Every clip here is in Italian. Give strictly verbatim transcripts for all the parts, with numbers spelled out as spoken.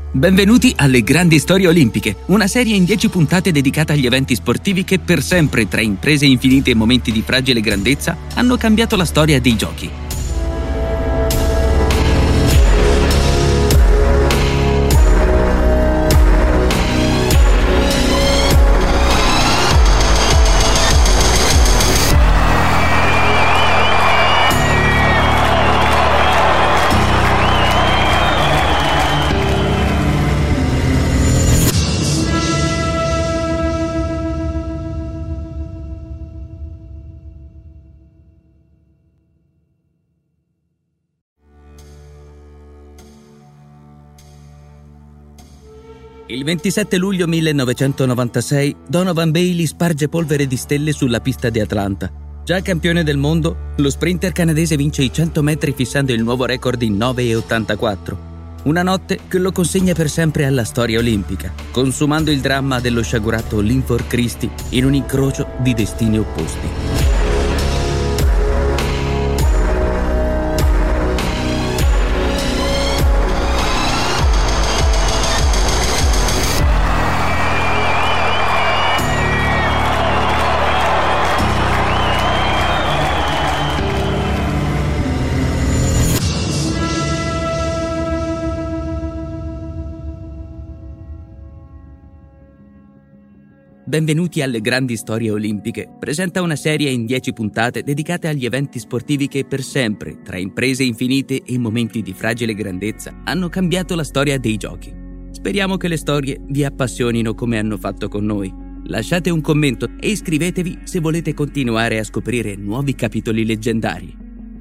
Benvenuti alle Grandi Storie Olimpiche, una serie in dieci puntate dedicata agli eventi sportivi che per sempre, tra imprese infinite e momenti di fragile grandezza, hanno cambiato la storia dei giochi. Il ventisette luglio millenovecentonovantasei Donovan Bailey sparge polvere di stelle sulla pista di Atlanta. Già campione del mondo, lo sprinter canadese vince i cento metri fissando il nuovo record in nove e ottantaquattro. Una notte che lo consegna per sempre alla storia olimpica, consumando il dramma dello sciagurato Linford Christie in un incrocio di destini opposti. Benvenuti alle Grandi Storie Olimpiche presenta una serie in dieci puntate dedicate agli eventi sportivi che per sempre, tra imprese infinite e momenti di fragile grandezza, hanno cambiato la storia dei giochi. Speriamo che le storie vi appassionino come hanno fatto con noi. Lasciate un commento e iscrivetevi se volete continuare a scoprire nuovi capitoli leggendari.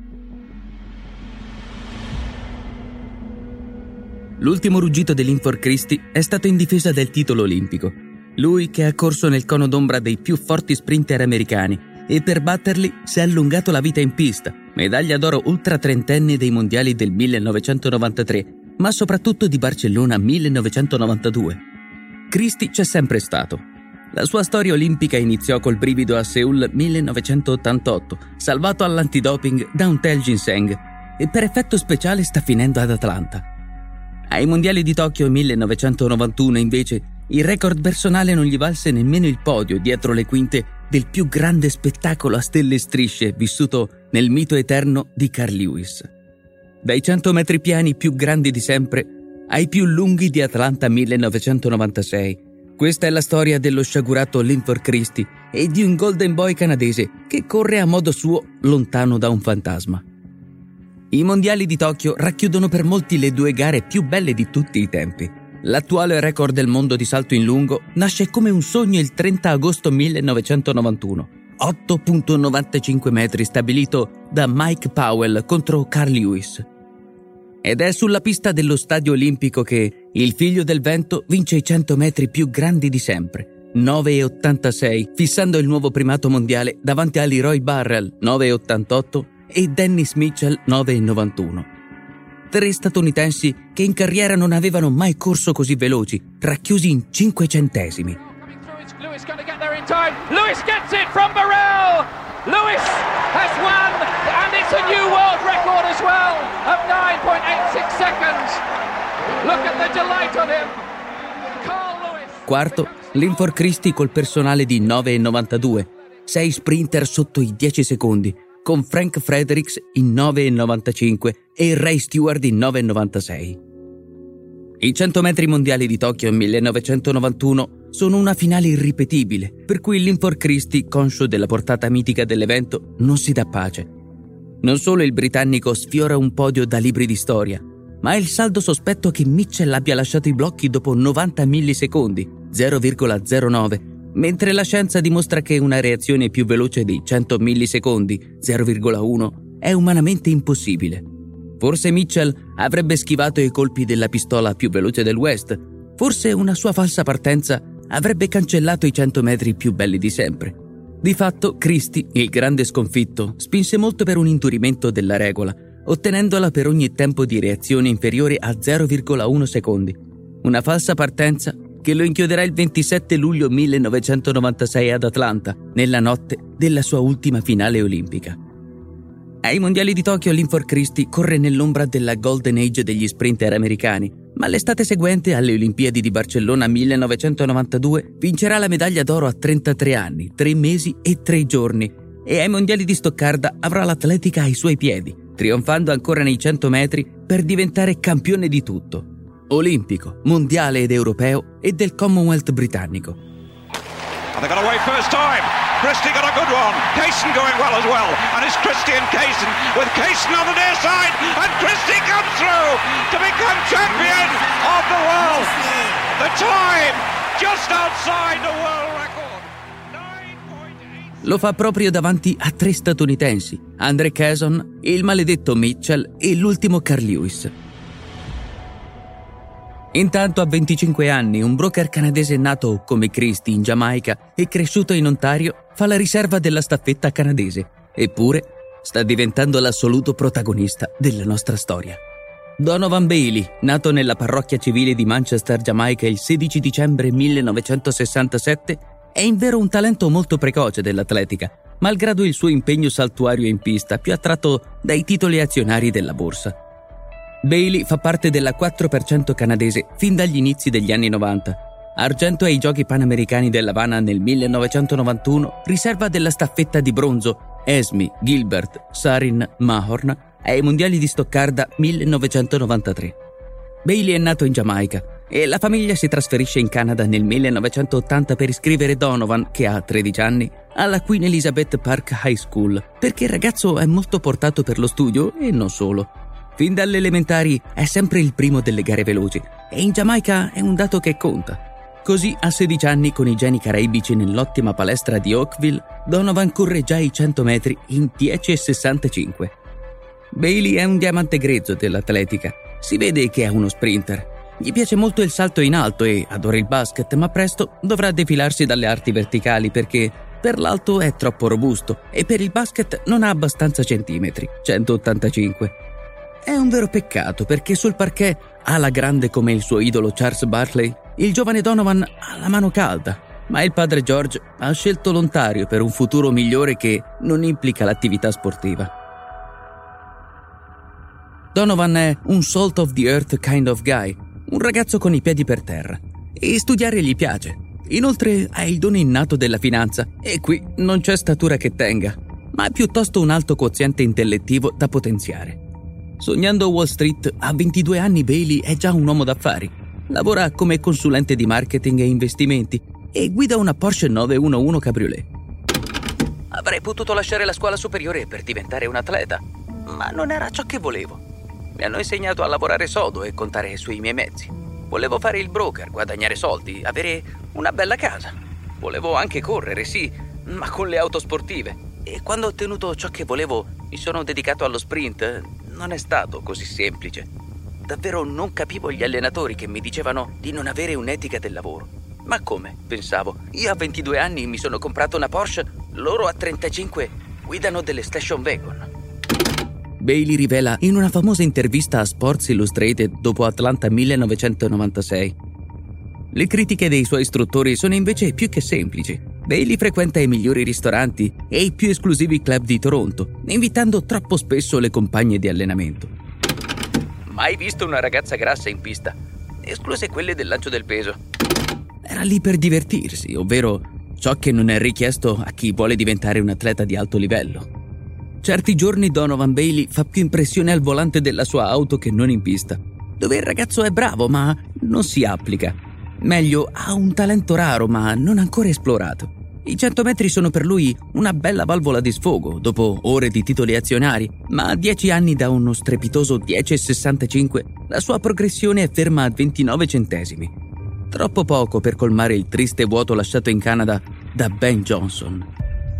L'ultimo ruggito di Linford Christie è stato in difesa del titolo olimpico. Lui che ha corso nel cono d'ombra dei più forti sprinter americani e per batterli si è allungato la vita in pista, medaglia d'oro ultra trentenne dei mondiali del millenovecentonovantatré, ma soprattutto di Barcellona millenovecentonovantadue. Christie c'è sempre stato. La sua storia olimpica iniziò col brivido a Seul millenovecentottantotto, salvato all'antidoping da un tel ginseng, e per effetto speciale sta finendo ad Atlanta. Ai mondiali di Tokyo millenovecentonovantuno, invece, il record personale non gli valse nemmeno il podio dietro le quinte del più grande spettacolo a stelle e strisce vissuto nel mito eterno di Carl Lewis. Dai cento metri piani più grandi di sempre ai più lunghi di Atlanta millenovecentonovantasei. Questa è la storia dello sciagurato Linford Christie e di un Golden Boy canadese che corre a modo suo lontano da un fantasma. I mondiali di Tokyo racchiudono per molti le due gare più belle di tutti i tempi. L'attuale record del mondo di salto in lungo nasce come un sogno il trenta agosto millenovecentonovantuno, otto virgola novantacinque metri stabilito da Mike Powell contro Carl Lewis. Ed è sulla pista dello Stadio Olimpico che il figlio del vento vince i cento metri più grandi di sempre, nove virgola ottantasei, fissando il nuovo primato mondiale davanti a Leroy Burrell, nove virgola ottantotto, e Dennis Mitchell, nove virgola novantuno. Tre statunitensi che in carriera non avevano mai corso così veloci, racchiusi in cinque centesimi. Lewis going to get there in time. Lewis gets it from Burrell. Lewis has won, and it's a new world record as well of nine point eight six seconds. Look at the delight on him. Carl Lewis. Quarto, Linford Christie col personale di nove virgola novantadue, sei sprinter sotto i dieci secondi, con Frank Fredericks in nove virgola novantacinque e Ray Stewart in nove virgola novantasei. I cento metri mondiali di Tokyo millenovecentonovantuno sono una finale irripetibile, per cui Linford Christie, conscio della portata mitica dell'evento, non si dà pace. Non solo il britannico sfiora un podio da libri di storia, ma è il saldo sospetto che Mitchell abbia lasciato i blocchi dopo novanta millisecondi, zero virgola zero nove, mentre la scienza dimostra che una reazione più veloce dei cento millisecondi, zero virgola uno, è umanamente impossibile. Forse Mitchell avrebbe schivato i colpi della pistola più veloce del West, forse una sua falsa partenza avrebbe cancellato i cento metri più belli di sempre. Di fatto, Christie, il grande sconfitto, spinse molto per un indurimento della regola, ottenendola per ogni tempo di reazione inferiore a zero virgola uno secondi. Una falsa partenza che lo inchioderà il ventisette luglio millenovecentonovantasei ad Atlanta, nella notte della sua ultima finale olimpica. Ai mondiali di Tokyo Linford Christie corre nell'ombra della Golden Age degli sprinter americani, Ma l'estate seguente, alle Olimpiadi di Barcellona millenovecentonovantadue, vincerà la medaglia d'oro a trentatré anni, tre mesi e tre giorni, e ai mondiali di Stoccarda avrà l'atletica ai suoi piedi, trionfando ancora nei cento metri per diventare campione di tutto: olimpico, mondiale ed europeo e del Commonwealth britannico. And they got away first time. Christie got a good one. Kaysen going well as well. And it's Christie and Kaysen with Kaysen on the near side. And Christie comes through to become champion of the world. The time just outside the world record. nine point eight. Lo fa proprio davanti a tre statunitensi: Andre Cason, il maledetto Mitchell e l'ultimo Carl Lewis. Intanto, a venticinque anni, un broker canadese nato come Christie in Giamaica e cresciuto in Ontario fa la riserva della staffetta canadese, eppure sta diventando l'assoluto protagonista della nostra storia. Donovan Bailey, nato nella parrocchia civile di Manchester, Giamaica, il sedici dicembre millenovecentosessantasette, è in vero un talento molto precoce dell'atletica, malgrado il suo impegno saltuario in pista, più attratto dai titoli azionari della borsa. Bailey fa parte della quattro per cento canadese fin dagli inizi degli anni novanta. Argento ai Giochi Panamericani dell'Havana nel millenovecentonovantuno, riserva della staffetta di bronzo Esme, Gilbert, Sarin, Mahorn ai Mondiali di Stoccarda millenovecentonovantatré. Bailey è nato in Giamaica e la famiglia si trasferisce in Canada nel millenovecentottanta per iscrivere Donovan, che ha tredici anni, alla Queen Elizabeth Park High School, perché il ragazzo è molto portato per lo studio e non solo. Fin dalle elementari è sempre il primo delle gare veloci e in Giamaica è un dato che conta. Così, a sedici anni, con i geni caraibici nell'ottima palestra di Oakville, Donovan corre già i cento metri in dieci e sessantacinque. Bailey è un diamante grezzo dell'atletica. Si vede che è uno sprinter. Gli piace molto il salto in alto e adora il basket, ma presto dovrà defilarsi dalle arti verticali perché per l'alto è troppo robusto e per il basket non ha abbastanza centimetri, centottantacinque. È un vero peccato perché sul parquet, ala grande come il suo idolo Charles Barkley, il giovane Donovan ha la mano calda, ma il padre George ha scelto l'Ontario per un futuro migliore che non implica l'attività sportiva. Donovan è un salt of the earth kind of guy, un ragazzo con i piedi per terra, e studiare gli piace. Inoltre ha il dono innato della finanza e qui non c'è statura che tenga, ma è piuttosto un alto quoziente intellettivo da potenziare. Sognando Wall Street, a ventidue anni Bailey è già un uomo d'affari. Lavora come consulente di marketing e investimenti e guida una Porsche nove uno uno Cabriolet. Avrei potuto lasciare la scuola superiore per diventare un atleta, ma non era ciò che volevo. Mi hanno insegnato a lavorare sodo e contare sui miei mezzi. Volevo fare il broker, guadagnare soldi, avere una bella casa. Volevo anche correre, sì, ma con le auto sportive. E quando ho ottenuto ciò che volevo, mi sono dedicato allo sprint. Non è stato così semplice. Davvero non capivo gli allenatori che mi dicevano di non avere un'etica del lavoro. Ma come? Pensavo. Io a ventidue anni mi sono comprato una Porsche, loro a trentacinque guidano delle station wagon. Bailey rivela in una famosa intervista a Sports Illustrated dopo Atlanta millenovecentonovantasei. Le critiche dei suoi istruttori sono invece più che semplici. Bailey frequenta i migliori ristoranti e i più esclusivi club di Toronto, invitando troppo spesso le compagne di allenamento. Mai visto una ragazza grassa in pista, escluse quelle del lancio del peso. Era lì per divertirsi, ovvero ciò che non è richiesto a chi vuole diventare un atleta di alto livello. Certi giorni Donovan Bailey fa più impressione al volante della sua auto che non in pista, dove il ragazzo è bravo ma non si applica. Meglio, ha un talento raro ma non ancora esplorato. I cento metri sono per lui una bella valvola di sfogo dopo ore di titoli azionari, ma a dieci anni da uno strepitoso dieci e sessantacinque la sua progressione è ferma a ventinove centesimi. Troppo poco per colmare il triste vuoto lasciato in Canada da Ben Johnson.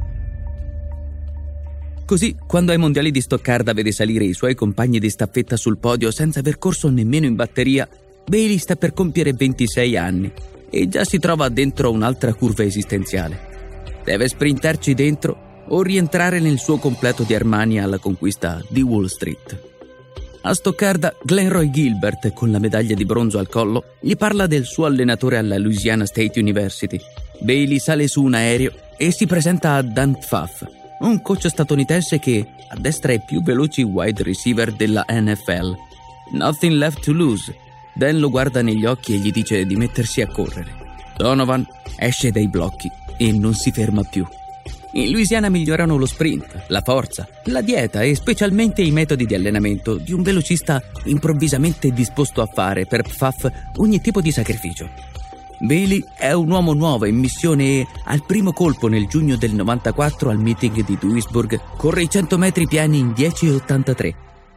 Così, quando ai mondiali di Stoccarda vede salire i suoi compagni di staffetta sul podio senza aver corso nemmeno in batteria, Bailey sta per compiere ventisei anni e già si trova dentro un'altra curva esistenziale. Deve sprintarci dentro o rientrare nel suo completo di Armani alla conquista di Wall Street. A Stoccarda, Glenroy Gilbert, con la medaglia di bronzo al collo, gli parla del suo allenatore alla Louisiana State University. Bailey sale su un aereo e si presenta a Dan Pfaff, un coach statunitense che addestra i più veloci wide receiver della N F L. Nothing left to lose. Dan lo guarda negli occhi e gli dice di mettersi a correre. Donovan esce dai blocchi e non si ferma più. In Louisiana migliorano lo sprint, la forza, la dieta e specialmente i metodi di allenamento di un velocista improvvisamente disposto a fare per P F A F ogni tipo di sacrificio. Bailey è un uomo nuovo in missione e al primo colpo nel giugno del novantaquattro al meeting di Duisburg corre i cento metri piani in dieci e ottantatré.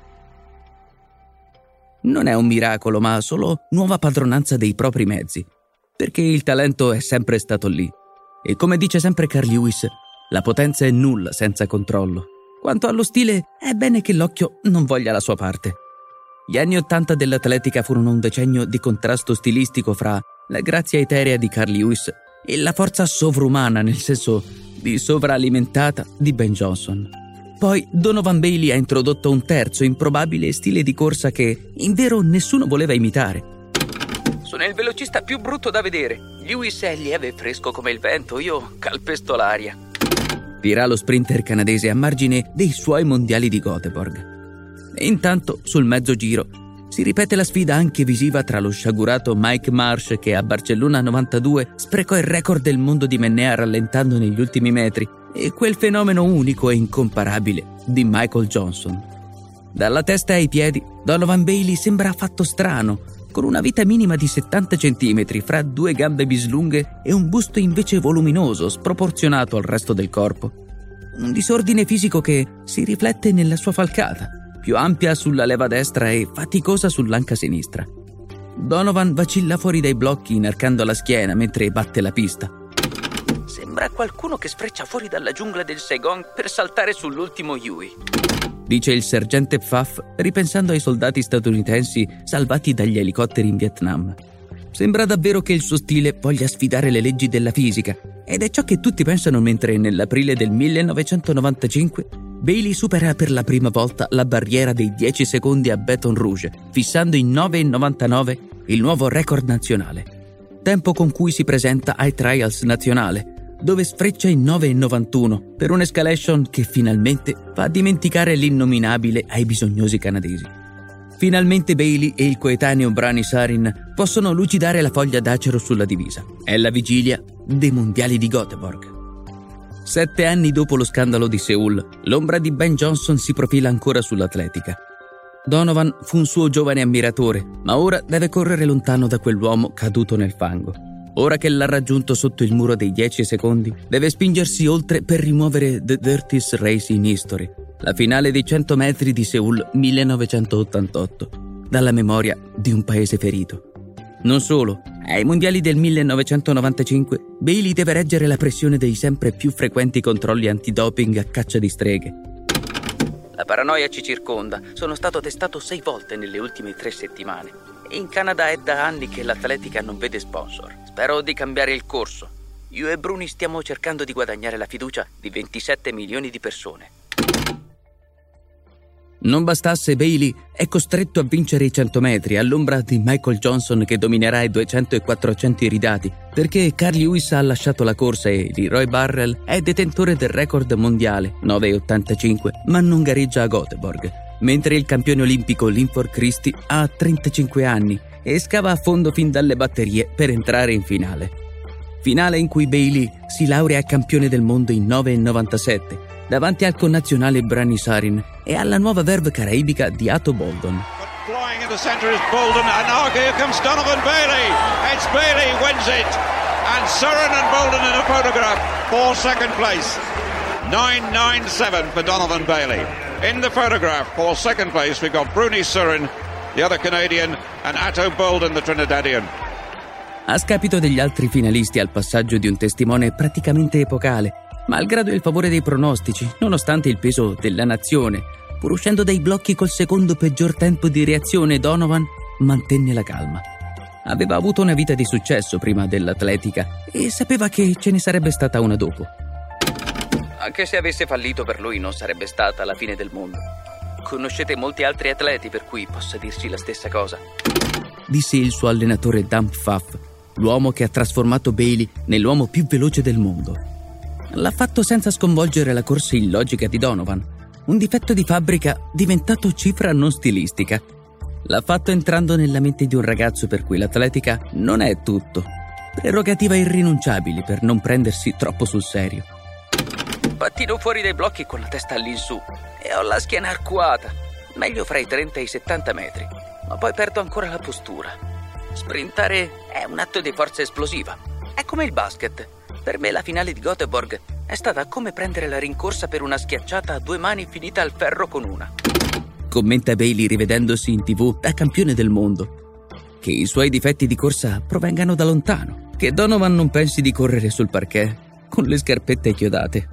Non è un miracolo, ma solo nuova padronanza dei propri mezzi, perché il talento è sempre stato lì. E come dice sempre Carl Lewis, la potenza è nulla senza controllo. Quanto allo stile, è bene che l'occhio non voglia la sua parte. Gli anni ottanta dell'atletica furono un decennio di contrasto stilistico fra la grazia eterea di Carl Lewis e la forza sovrumana, nel senso di sovralimentata, di Ben Johnson. Poi Donovan Bailey ha introdotto un terzo improbabile stile di corsa che, in vero, nessuno voleva imitare. Sono il velocista più brutto da vedere. Lewis è lieve e fresco come il vento, io calpesto l'aria. Dirà lo sprinter canadese a margine dei suoi mondiali di Göteborg. E intanto, sul mezzo giro, si ripete la sfida anche visiva tra lo sciagurato Mike Marsh, che a Barcellona novantadue sprecò il record del mondo di Mennea rallentando negli ultimi metri, e quel fenomeno unico e incomparabile di Michael Johnson. Dalla testa ai piedi, Donovan Bailey sembra fatto strano, con una vita minima di settanta centimetri fra due gambe bislunghe e un busto invece voluminoso, sproporzionato al resto del corpo. Un disordine fisico che si riflette nella sua falcata, più ampia sulla leva destra e faticosa sull'anca sinistra. Donovan vacilla fuori dai blocchi inarcando la schiena mentre batte la pista. Sembra qualcuno che sfreccia fuori dalla giungla del Saigon per saltare sull'ultimo Huey, dice il sergente Pfaff ripensando ai soldati statunitensi salvati dagli elicotteri in Vietnam. Sembra davvero che il suo stile voglia sfidare le leggi della fisica, ed è ciò che tutti pensano mentre nell'aprile del millenovecentonovantacinque Bailey supera per la prima volta la barriera dei dieci secondi a Baton Rouge, fissando in nove e novantanove il nuovo record nazionale, tempo con cui si presenta ai Trials nazionale, dove sfreccia in nove e novantuno per un'escalation che finalmente fa dimenticare l'innominabile ai bisognosi canadesi. Finalmente Bailey e il coetaneo Bruni Sarin possono lucidare la foglia d'acero sulla divisa. È la vigilia dei mondiali di Göteborg. Sette anni dopo lo scandalo di Seul, l'ombra di Ben Johnson si profila ancora sull'atletica. Donovan fu un suo giovane ammiratore, ma ora deve correre lontano da quell'uomo caduto nel fango. Ora che l'ha raggiunto sotto il muro dei dieci secondi, deve spingersi oltre per rimuovere The Dirtiest Race in History, la finale dei cento metri di Seul millenovecentottantotto, dalla memoria di un paese ferito. Non solo, ai mondiali del millenovecentonovantacinque Bailey deve reggere la pressione dei sempre più frequenti controlli antidoping a caccia di streghe. La paranoia ci circonda. Sono stato testato sei volte nelle ultime tre settimane. E in Canada è da anni che l'atletica non vede sponsor. Spero di cambiare il corso. Io e Bruni stiamo cercando di guadagnare la fiducia di ventisette milioni di persone. Non bastasse, Bailey è costretto a vincere i cento metri all'ombra di Michael Johnson che dominerà i duecento e quattrocento iridati, perché Carl Lewis ha lasciato la corsa e Leroy Burrell è detentore del record mondiale nove e ottantacinque, ma non gareggia a Göteborg, mentre il campione olimpico Linford Christie ha trentacinque anni e scava a fondo fin dalle batterie per entrare in finale. Finale in cui Bailey si laurea campione del mondo in nove e novantasette, davanti al connazionale Bruni Sarin e alla nuova verve caraibica di Ato Boldon. Flying in the center is Boldon, and now here comes Donovan Bailey. It's Bailey wins it, and Surin and Boldon in a photograph for second place. nine ninety-seven for Donovan Bailey. In the photograph for second place we've got Bruni Surin, the other Canadian, and Ato Boldon, the Trinidadian. A scapito degli altri finalisti al passaggio di un testimone praticamente epocale, malgrado il favore dei pronostici, nonostante il peso della nazione, pur uscendo dai blocchi col secondo peggior tempo di reazione, Donovan mantenne la calma. Aveva avuto una vita di successo prima dell'atletica e sapeva che ce ne sarebbe stata una dopo. Anche se avesse fallito, per lui non sarebbe stata la fine del mondo. Conoscete molti altri atleti per cui possa dirci la stessa cosa, disse il suo allenatore Dan Pfaff, l'uomo che ha trasformato Bailey nell'uomo più veloce del mondo. L'ha fatto senza sconvolgere la corsa illogica di Donovan, un difetto di fabbrica diventato cifra non stilistica. L'ha fatto entrando nella mente di un ragazzo per cui l'atletica non è tutto. Prerogativa irrinunciabili per non prendersi troppo sul serio. Pattino fuori dai blocchi con la testa all'insù e ho la schiena arcuata. Meglio fra i trenta e i settanta metri, ma poi perdo ancora la postura. Sprintare è un atto di forza esplosiva. È come il basket. Per me la finale di Göteborg è stata come prendere la rincorsa per una schiacciata a due mani finita al ferro con una. Commenta Bailey rivedendosi in tivù da campione del mondo. Che i suoi difetti di corsa provengano da lontano. Che Donovan non pensi di correre sul parquet con le scarpette chiodate.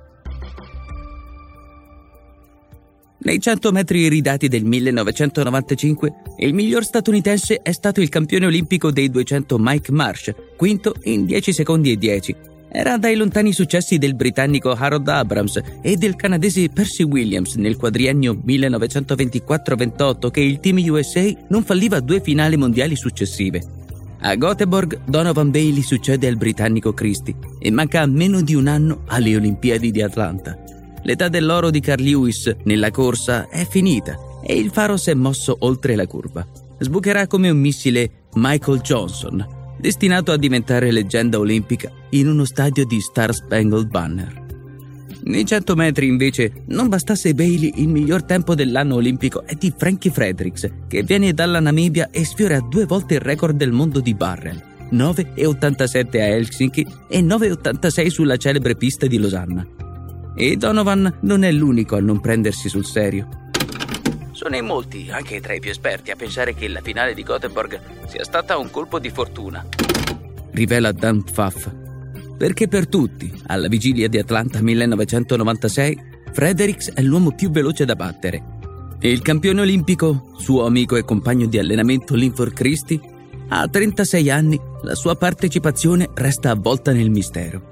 Nei cento metri iridati del millenovecentonovantacinque, il miglior statunitense è stato il campione olimpico dei duecento Mike Marsh, quinto in dieci secondi e dieci. Era dai lontani successi del britannico Harold Abrams e del canadese Percy Williams nel quadriennio millenovecentoventiquattro ventotto che il team U S A non falliva due finali mondiali successive. A Göteborg, Donovan Bailey succede al britannico Christie e manca meno di un anno alle Olimpiadi di Atlanta. L'età dell'oro di Carl Lewis nella corsa è finita e il faro si è mosso oltre la curva. Sbucherà come un missile Michael Johnson, destinato a diventare leggenda olimpica in uno stadio di Star Spangled Banner. Nei cento metri, invece, non bastasse Bailey, il miglior tempo dell'anno olimpico è di Frankie Fredericks, che viene dalla Namibia e sfiora due volte il record del mondo di Barrel, nove virgola ottantasette a Helsinki e nove virgola ottantasei sulla celebre pista di Losanna. E Donovan non è l'unico a non prendersi sul serio. Sono in molti, anche tra i più esperti, a pensare che la finale di Göteborg sia stata un colpo di fortuna, rivela Dan Pfaff. Perché per tutti, alla vigilia di Atlanta millenovecentonovantasei, Fredericks è l'uomo più veloce da battere. E il campione olimpico, suo amico e compagno di allenamento Linford Christie, ha trentasei anni, la sua partecipazione resta avvolta nel mistero.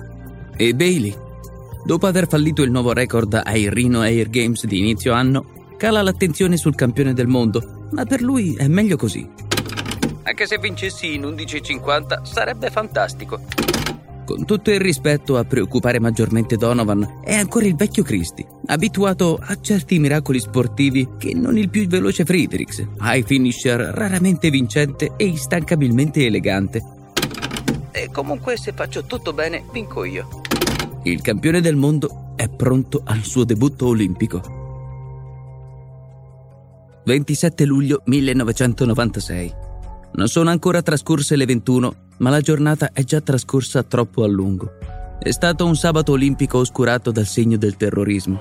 E Bailey? Dopo aver fallito il nuovo record ai Reno Air Games di inizio anno, cala l'attenzione sul campione del mondo, ma per lui è meglio così. Anche se vincessi in undici e cinquanta sarebbe fantastico. Con tutto il rispetto, a preoccupare maggiormente Donovan è ancora il vecchio Christie, abituato a certi miracoli sportivi che non il più veloce Fredericks, high finisher raramente vincente e instancabilmente elegante. E comunque se faccio tutto bene, vinco io. Il campione del mondo è pronto al suo debutto olimpico. ventisette luglio millenovecentonovantasei. Non sono ancora trascorse le ventuno, ma la giornata è già trascorsa troppo a lungo. È stato un sabato olimpico oscurato dal segno del terrorismo.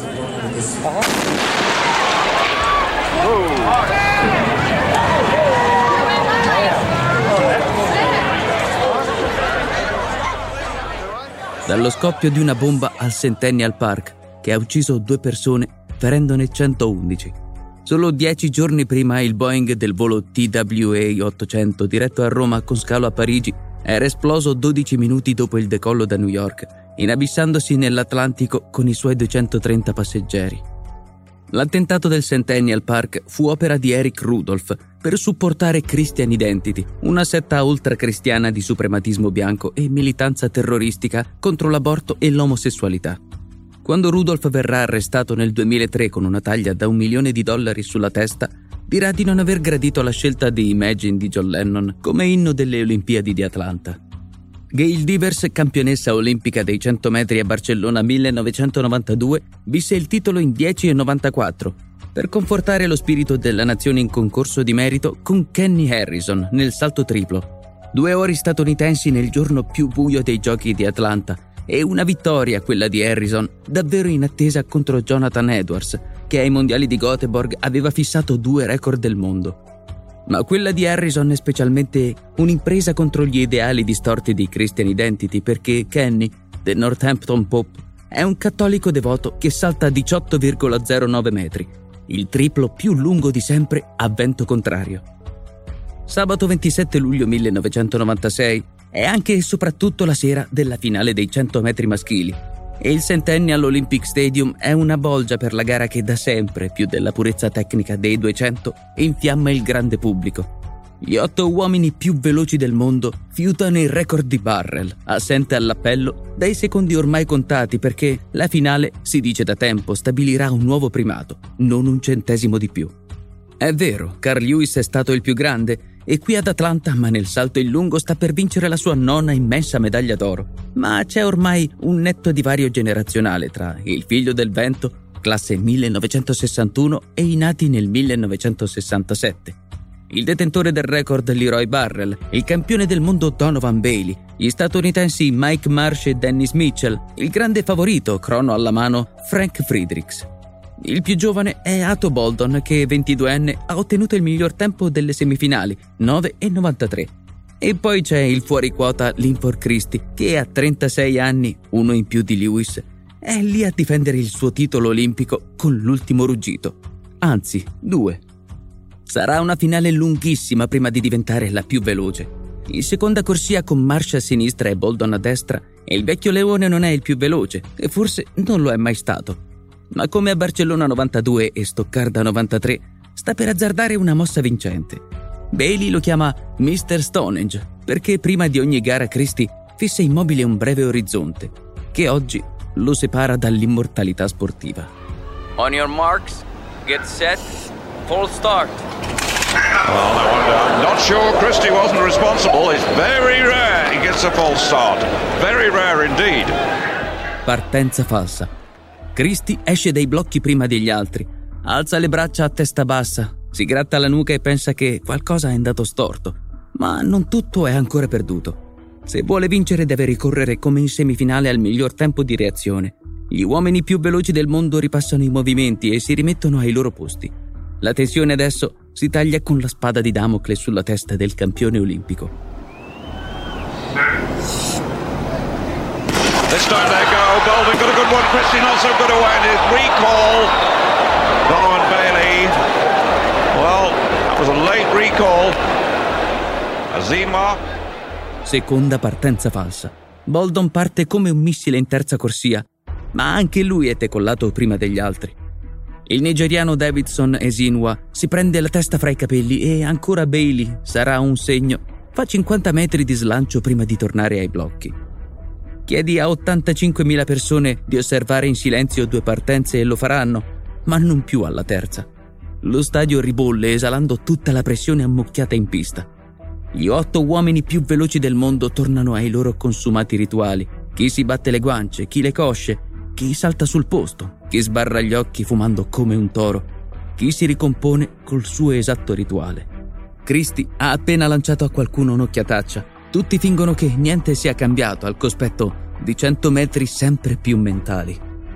Dallo scoppio di una bomba al Centennial Park, che ha ucciso due persone, ferendone centoundici. Solo dieci giorni prima il Boeing del volo T W A ottocento diretto a Roma con scalo a Parigi era esploso dodici minuti dopo il decollo da New York, inabissandosi nell'Atlantico con i suoi duecentotrenta passeggeri. L'attentato del Centennial Park fu opera di Eric Rudolph per supportare Christian Identity, una setta ultracristiana di suprematismo bianco e militanza terroristica contro l'aborto e l'omosessualità. Quando Rudolph verrà arrestato nel duemilatré con una taglia da un milione di dollari sulla testa, dirà di non aver gradito la scelta di Imagine di John Lennon come inno delle Olimpiadi di Atlanta. Gail Devers, campionessa olimpica dei cento metri a Barcellona millenovecentonovantadue, visse il titolo in dieci virgola novantaquattro per confortare lo spirito della nazione in concorso di merito con Kenny Harrison nel salto triplo. Due ori statunitensi nel giorno più buio dei giochi di Atlanta e una vittoria, quella di Harrison, davvero in attesa contro Jonathan Edwards, che ai mondiali di Göteborg aveva fissato due record del mondo. Ma quella di Harrison è specialmente un'impresa contro gli ideali distorti di Christian Identity, perché Kenny, del Northampton Pope, è un cattolico devoto che salta diciotto virgola zero nove metri, il triplo più lungo di sempre a vento contrario. Sabato ventisette luglio millenovecentonovantasei è anche e soprattutto la sera della finale dei cento metri maschili e il Centennial Olympic Stadium è una bolgia per la gara che da sempre, più della purezza tecnica dei duecento, infiamma il grande pubblico. Gli otto uomini più veloci del mondo fiutano il record di Burrell, assente all'appello dai secondi ormai contati, perché la finale, si dice da tempo, stabilirà un nuovo primato, non un centesimo di più. È vero, Carl Lewis è stato il più grande e qui ad Atlanta, ma nel salto in lungo sta per vincere la sua nona immensa medaglia d'oro. Ma c'è ormai un netto divario generazionale tra il figlio del vento, classe millenovecentosessantuno, e i nati nel millenovecentosessantasette. Il detentore del record Leroy Burrell, il campione del mondo Donovan Bailey, gli statunitensi Mike Marsh e Dennis Mitchell, il grande favorito, crono alla mano, Frank Friedrichs. Il più giovane è Ato Boldon, che ventiduenne ha ottenuto il miglior tempo delle semifinali, nove e novantatré. E poi c'è il fuoriquota Linford Christie, che a trentasei anni, uno in più di Lewis, è lì a difendere il suo titolo olimpico con l'ultimo ruggito. Anzi, due. Sarà una finale lunghissima prima di diventare la più veloce. In seconda corsia con Marsh a sinistra e Boldon a destra, e il vecchio leone non è il più veloce, e forse non lo è mai stato. Ma come a Barcellona novantadue e Stoccarda novantatré, sta per azzardare una mossa vincente. Bailey lo chiama mister Stonehenge, perché prima di ogni gara Christie fissa immobile un breve orizzonte, che oggi lo separa dall'immortalità sportiva. On your marks, get set, full start. Well, I'm not sure Christie wasn't responsible. It's very rare he gets a false start. Very rare indeed. Partenza falsa. Christie esce dai blocchi prima degli altri, alza le braccia a testa bassa, si gratta la nuca e pensa che qualcosa è andato storto. Ma non tutto è ancora perduto. Se vuole vincere deve ricorrere come in semifinale al miglior tempo di reazione. Gli uomini più veloci del mondo ripassano i movimenti e si rimettono ai loro posti. La tensione adesso si taglia con la spada di Damocle sulla testa del campione olimpico. This time they go. Boldon got a good one. Christie not so good away. And his recall. Donovan Bailey. Well, that was a late recall. Azima. Seconda partenza falsa. Boldon parte come un missile in terza corsia, ma anche lui è decollato prima degli altri. Il nigeriano Davidson Ezinwa si prende la testa fra i capelli e ancora Bailey, sarà un segno, fa cinquanta metri di slancio prima di tornare ai blocchi. Chiedi a ottantacinquemila persone di osservare in silenzio due partenze e lo faranno, ma non più alla terza. Lo stadio ribolle esalando tutta la pressione ammucchiata in pista. Gli otto uomini più veloci del mondo tornano ai loro consumati rituali. Chi si batte le guance, chi le cosce, chi salta sul posto, chi sbarra gli occhi fumando come un toro, chi si ricompone col suo esatto rituale. Christie ha appena lanciato a qualcuno un'occhiataccia. Tutti fingono che niente sia cambiato al cospetto di cento metri sempre più mentali.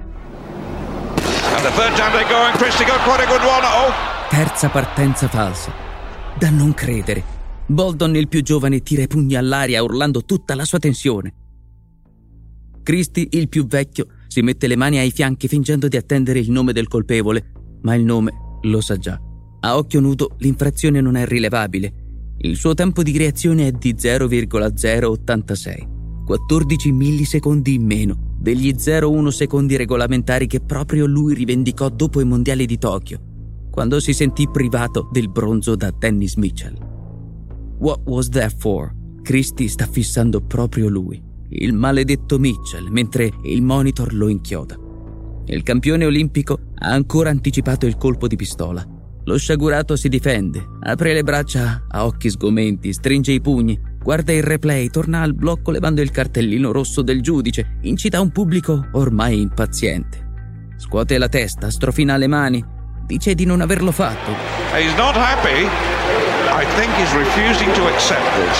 And the third time they go and Christie got quite a good one. Oh. Terza partenza falsa. Da non credere. Boldon, il più giovane, tira i pugni all'aria urlando tutta la sua tensione. Christie, il più vecchio, si mette le mani ai fianchi fingendo di attendere il nome del colpevole, ma il nome lo sa già. A occhio nudo l'infrazione non è rilevabile. Il suo tempo di reazione è di zero virgola zero ottantasei, quattordici millisecondi in meno degli zero virgola uno secondi regolamentari che proprio lui rivendicò dopo i mondiali di Tokyo, quando si sentì privato del bronzo da Dennis Mitchell. What was that for? Christie sta fissando proprio lui, il maledetto Mitchell, mentre il monitor lo inchioda. Il campione olimpico ha ancora anticipato il colpo di pistola. Lo sciagurato si difende, apre le braccia a occhi sgomenti, stringe i pugni, guarda il replay, torna al blocco levando il cartellino rosso del giudice, incita un pubblico ormai impaziente. Scuote la testa, strofina le mani, dice di non averlo fatto. He's not happy. I think he's refusing to accept this.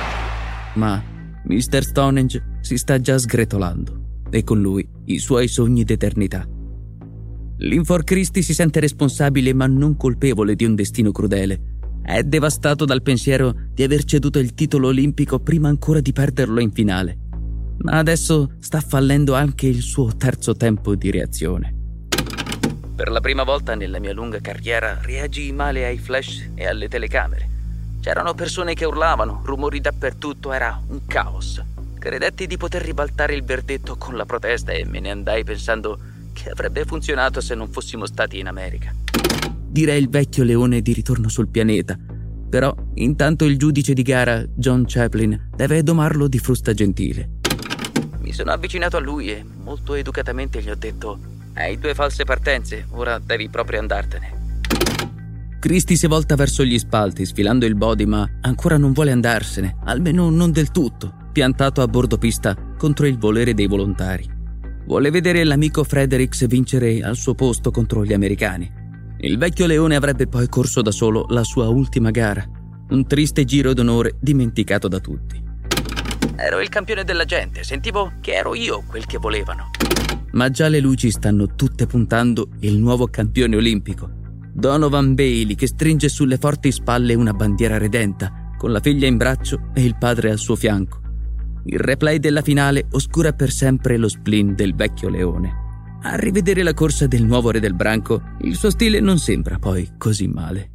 Ma mister Stonehenge si sta già sgretolando e con lui i suoi sogni d'eternità. Linford Christie si sente responsabile ma non colpevole di un destino crudele. È devastato dal pensiero di aver ceduto il titolo olimpico prima ancora di perderlo in finale. Ma adesso sta fallendo anche il suo terzo tempo di reazione. Per la prima volta nella mia lunga carriera reagii male ai flash e alle telecamere. C'erano persone che urlavano, rumori dappertutto, era un caos. Credetti di poter ribaltare il verdetto con la protesta e me ne andai pensando che avrebbe funzionato se non fossimo stati in America. Direi il vecchio leone di ritorno sul pianeta. Però intanto il giudice di gara, John Chaplin, deve domarlo di frusta gentile. Mi sono avvicinato a lui e molto educatamente gli ho detto: hai due false partenze, ora devi proprio andartene. Christie si volta verso gli spalti, sfilando il body, ma ancora non vuole andarsene, almeno non del tutto, piantato a bordo pista contro il volere dei volontari. Vuole vedere l'amico Fredericks vincere al suo posto contro gli americani. Il vecchio leone avrebbe poi corso da solo la sua ultima gara, un triste giro d'onore dimenticato da tutti. Ero il campione della gente, sentivo che ero io quel che volevano. Ma già le luci stanno tutte puntando il nuovo campione olimpico, Donovan Bailey, che stringe sulle forti spalle una bandiera redenta, con la figlia in braccio e il padre al suo fianco. Il replay della finale oscura per sempre lo spleen del vecchio leone. A rivedere la corsa del nuovo re del branco, il suo stile non sembra poi così male.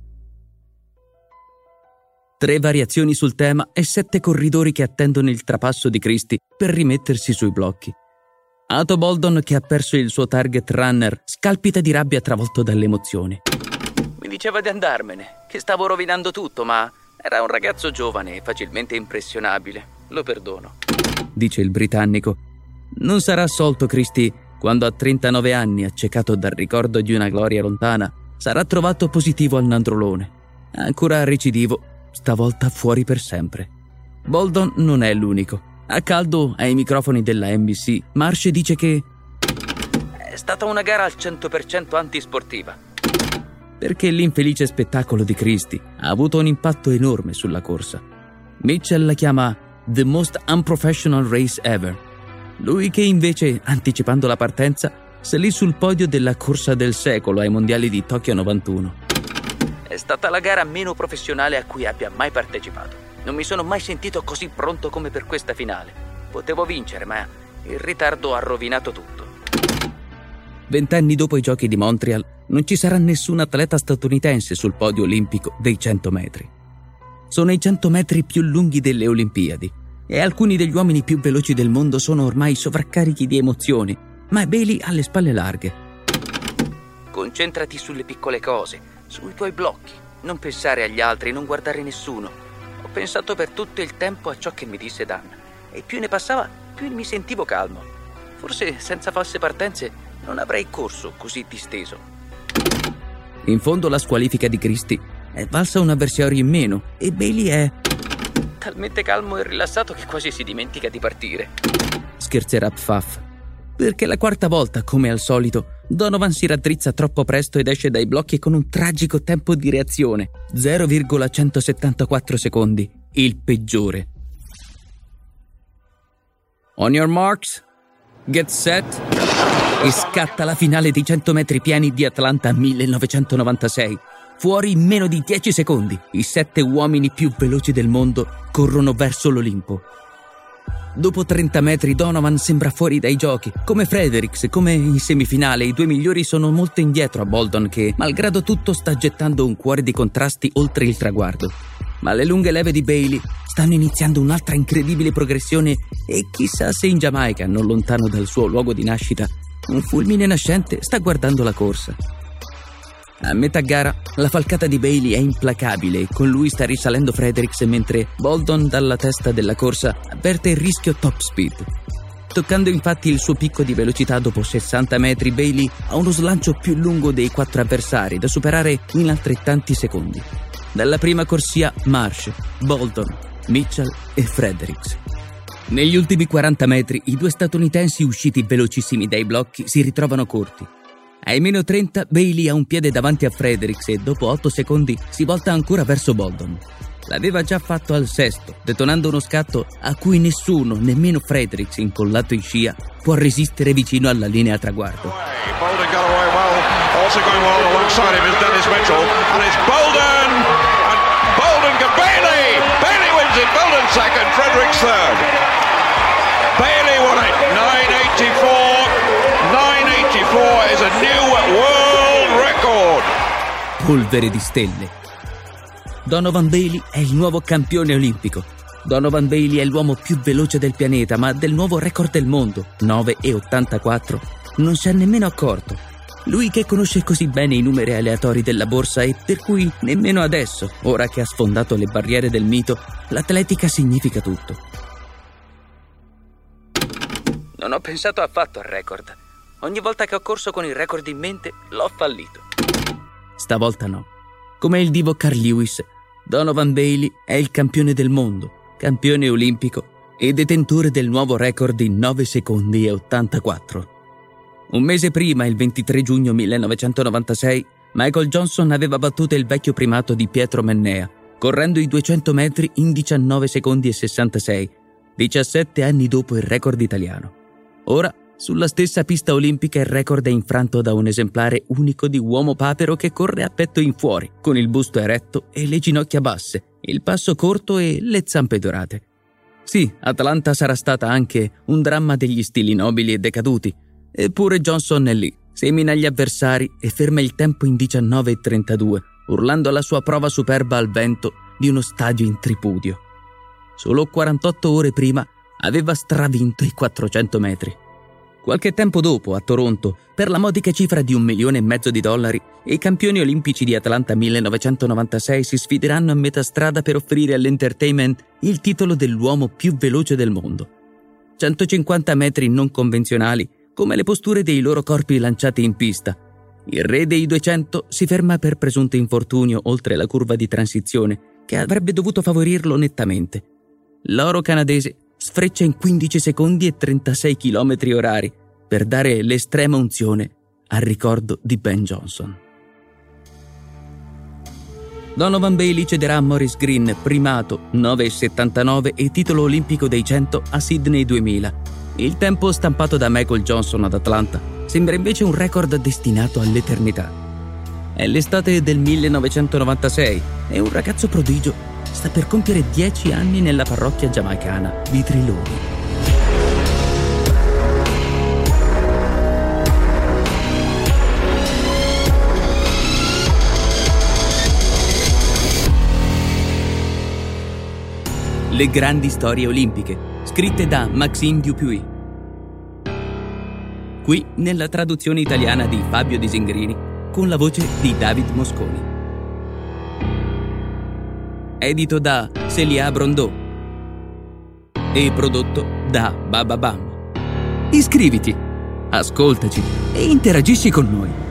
Tre variazioni sul tema e sette corridori che attendono il trapasso di Christie per rimettersi sui blocchi. Ato Boldon, che ha perso il suo target runner, scalpita di rabbia travolto dall'emozione. Mi diceva di andarmene, che stavo rovinando tutto, ma era un ragazzo giovane e facilmente impressionabile. Lo perdono, dice il britannico. Non sarà assolto Christie quando a trentanove anni, accecato dal ricordo di una gloria lontana, sarà trovato positivo al nandrolone. Ancora recidivo, stavolta fuori per sempre. Boldon non è l'unico. A caldo ai microfoni della N B C, Marsh dice che è stata una gara al cento per cento antisportiva. Perché l'infelice spettacolo di Christie ha avuto un impatto enorme sulla corsa. Mitchell la chiama The most unprofessional race ever. Lui che invece, anticipando la partenza, salì sul podio della corsa del secolo ai mondiali di Tokyo novantuno. È stata la gara meno professionale a cui abbia mai partecipato. Non mi sono mai sentito così pronto come per questa finale. Potevo vincere, ma il ritardo ha rovinato tutto. Vent'anni dopo i giochi di Montreal, non ci sarà nessun atleta statunitense sul podio olimpico dei cento metri. Sono i cento metri più lunghi delle Olimpiadi e alcuni degli uomini più veloci del mondo sono ormai sovraccarichi di emozioni, ma Bailey ha le spalle larghe. Concentrati sulle piccole cose, sui tuoi blocchi, non pensare agli altri, non guardare nessuno. Ho pensato per tutto il tempo a ciò che mi disse Dan e più ne passava, più mi sentivo calmo. Forse senza false partenze non avrei corso così disteso. In fondo la squalifica di Christie è valsa un avversario in meno e Bailey è talmente calmo e rilassato che quasi si dimentica di partire. Scherzerà Pfaff. Perché la quarta volta, come al solito, Donovan si raddrizza troppo presto ed esce dai blocchi con un tragico tempo di reazione, zero virgola centosettantaquattro secondi, il peggiore. On your marks, get set, e scatta la finale dei cento metri pieni di Atlanta millenovecentonovantasei. Fuori in meno di dieci secondi, i sette uomini più veloci del mondo corrono verso l'Olimpo. Dopo trenta metri Donovan sembra fuori dai giochi, come Fredericks, come in semifinale. I due migliori sono molto indietro a Boldon che, malgrado tutto, sta gettando un cuore di contrasti oltre il traguardo. Ma le lunghe leve di Bailey stanno iniziando un'altra incredibile progressione e chissà se in Giamaica, non lontano dal suo luogo di nascita, un fulmine nascente sta guardando la corsa. A metà gara, la falcata di Bailey è implacabile e con lui sta risalendo Fredericks, mentre Boldon dalla testa della corsa avverte il rischio top speed. Toccando infatti il suo picco di velocità dopo sessanta metri, Bailey ha uno slancio più lungo dei quattro avversari da superare in altrettanti secondi. Dalla prima corsia Marsh, Boldon, Mitchell e Fredericks. Negli ultimi quaranta metri i due statunitensi usciti velocissimi dai blocchi si ritrovano corti. Ai meno trenta Bailey ha un piede davanti a Fredericks e dopo otto secondi si volta ancora verso Boldon. L'aveva già fatto al sesto, detonando uno scatto a cui nessuno, nemmeno Fredericks incollato in scia, può resistere vicino alla linea traguardo. Boldon got away well, also going well alongside him is Dennis Mitchell, and it's Boldon, and Boldon got Bailey, Bailey wins it, Boldon second, Fredericks third. Bailey won it, nine eighty-four, nine eighty-four is a new world record. Polvere di stelle. Donovan Bailey è il nuovo campione olimpico. Donovan Bailey è l'uomo più veloce del pianeta, ma del nuovo record del mondo, nove e ottantaquattro, non si è nemmeno accorto. Lui che conosce così bene i numeri aleatori della borsa e per cui nemmeno adesso, ora che ha sfondato le barriere del mito, l'atletica significa tutto. Non ho pensato affatto al record. Ogni volta che ho corso con il record in mente, l'ho fallito. Stavolta no. Come il divo Carl Lewis, Donovan Bailey è il campione del mondo, campione olimpico e detentore del nuovo record in nove secondi e ottantaquattro. Un mese prima, il ventitré giugno millenovecentonovantasei, Michael Johnson aveva battuto il vecchio primato di Pietro Mennea, correndo i duecento metri in diciannove secondi e sessantasei, diciassette anni dopo il record italiano. Ora, sulla stessa pista olimpica, il record è infranto da un esemplare unico di uomo papero che corre a petto in fuori, con il busto eretto e le ginocchia basse, il passo corto e le zampe dorate. Sì, Atlanta sarà stata anche un dramma degli stili nobili e decaduti, eppure Johnson è lì, semina gli avversari e ferma il tempo in diciannove e trentadue, urlando la sua prova superba al vento di uno stadio in tripudio. Solo quarantotto ore prima aveva stravinto i quattrocento metri. Qualche tempo dopo, a Toronto, per la modica cifra di un milione e mezzo di dollari, i campioni olimpici di Atlanta millenovecentonovantasei si sfideranno a metà strada per offrire all'entertainment il titolo dell'uomo più veloce del mondo. centocinquanta metri non convenzionali, come le posture dei loro corpi lanciati in pista. Il re dei duecento si ferma per presunto infortunio oltre la curva di transizione, che avrebbe dovuto favorirlo nettamente. L'oro canadese sfreccia in quindici secondi e trentasei chilometri orari per dare l'estrema unzione al ricordo di Ben Johnson. Donovan Bailey cederà a Maurice Greene, primato, nove e settantanove e titolo olimpico dei cento a Sydney duemila. Il tempo stampato da Michael Johnson ad Atlanta sembra invece un record destinato all'eternità. È l'estate del millenovecentonovantasei e un ragazzo prodigio sta per compiere dieci anni nella parrocchia giamaicana di Triloni. Le grandi storie olimpiche, scritte da Maxime Dupuis. Qui nella traduzione italiana di Fabio Disingrini, con la voce di David Mosconi. Edito da Celia Brondò e prodotto da Bababam. Iscriviti, ascoltaci e interagisci con noi.